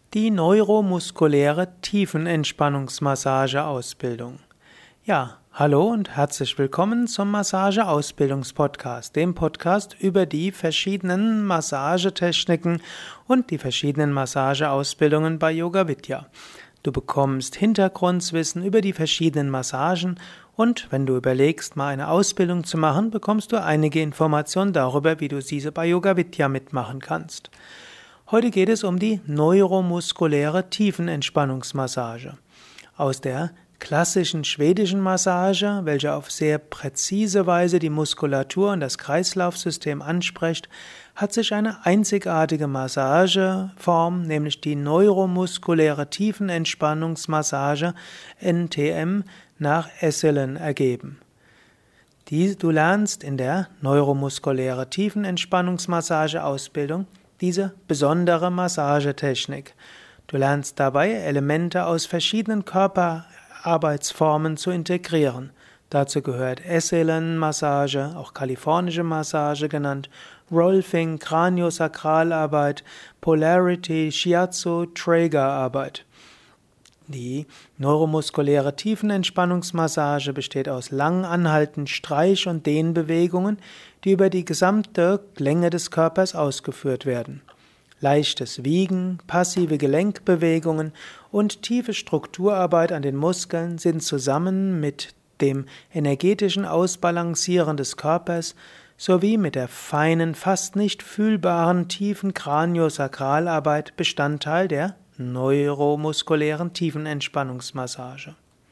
Die neuromuskuläre Tiefenentspannungsmassage-Ausbildung. Ja, hallo und herzlich willkommen zum Massage-Ausbildungspodcast, dem Podcast über die verschiedenen Massagetechniken und die verschiedenen Massageausbildungen bei Yoga Vidya. Du bekommst Hintergrundwissen über die verschiedenen Massagen und wenn du überlegst, mal eine Ausbildung zu machen, bekommst du einige Informationen darüber, wie du diese bei Yoga Vidya mitmachen kannst. Heute geht es um die neuromuskuläre Tiefenentspannungsmassage. Aus der klassischen schwedischen Massage, welche auf sehr präzise Weise die Muskulatur und das Kreislaufsystem anspricht, hat sich eine einzigartige Massageform, nämlich die neuromuskuläre Tiefenentspannungsmassage NTM nach Esalen ergeben. Du lernst in der neuromuskuläre Tiefenentspannungsmassage-Ausbildung diese besondere Massagetechnik. Du lernst dabei, Elemente aus verschiedenen Körperarbeitsformen zu integrieren. Dazu gehört Esalen-Massage, auch kalifornische Massage genannt, Rolfing, Kraniosakralarbeit, Polarity, Shiatsu, Traegerarbeit. Die neuromuskuläre Tiefenentspannungsmassage besteht aus lang anhaltenden Streich- und Dehnbewegungen, die über die gesamte Länge des Körpers ausgeführt werden. Leichtes Wiegen, passive Gelenkbewegungen und tiefe Strukturarbeit an den Muskeln sind zusammen mit dem energetischen Ausbalancieren des Körpers sowie mit der feinen, fast nicht fühlbaren tiefen Kraniosakralarbeit Bestandteil der neuromuskulären Tiefenentspannungsmassage.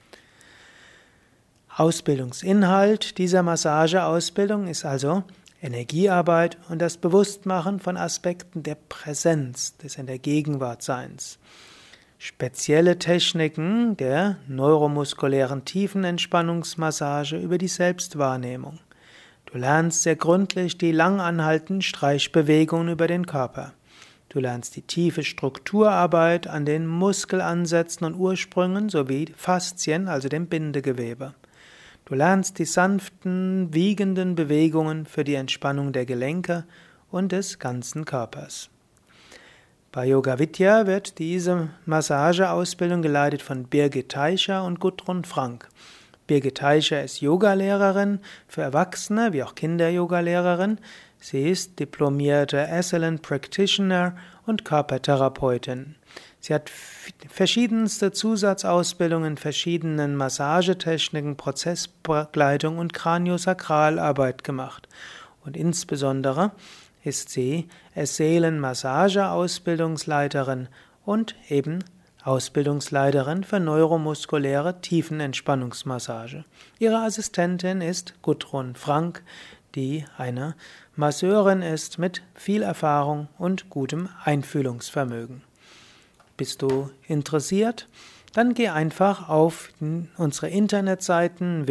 Ausbildungsinhalt dieser Massageausbildung ist also Energiearbeit und das Bewusstmachen von Aspekten der Präsenz, des in der Gegenwartseins. Spezielle Techniken der neuromuskulären Tiefenentspannungsmassage über die Selbstwahrnehmung. Du lernst sehr gründlich die lang anhaltenden Streichbewegungen über den Körper. Du lernst die tiefe Strukturarbeit an den Muskelansätzen und Ursprüngen sowie Faszien, also dem Bindegewebe. Du lernst die sanften, wiegenden Bewegungen für die Entspannung der Gelenke und des ganzen Körpers. Bei Yoga Vidya wird diese Massageausbildung geleitet von Birgit Teicher und Gudrun Frank. Birgit Teicher ist Yogalehrerin für Erwachsene wie auch Kinder-Yogalehrerin. Sie ist diplomierte Esalen Practitioner und Körpertherapeutin. Sie hat verschiedenste Zusatzausbildungen in verschiedenen Massagetechniken, Prozessbegleitung und Kraniosakralarbeit gemacht. Und insbesondere ist sie Esalen Massage-Ausbildungsleiterin und eben Ausbildungsleiterin für neuromuskuläre Tiefenentspannungsmassage. Ihre Assistentin ist Gudrun Frank, die eine Masseurin ist mit viel Erfahrung und gutem Einfühlungsvermögen. Bist du interessiert? Dann geh einfach auf unsere Internetseiten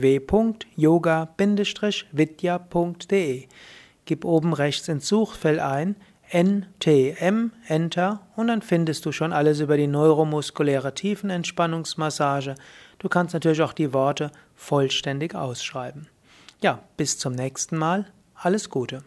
www.yoga-vidya.de. Gib oben rechts ins Suchfeld ein NTM, Enter, und dann findest du schon alles über die neuromuskuläre Tiefenentspannungsmassage. Du kannst natürlich auch die Worte vollständig ausschreiben. Ja, bis zum nächsten Mal. Alles Gute.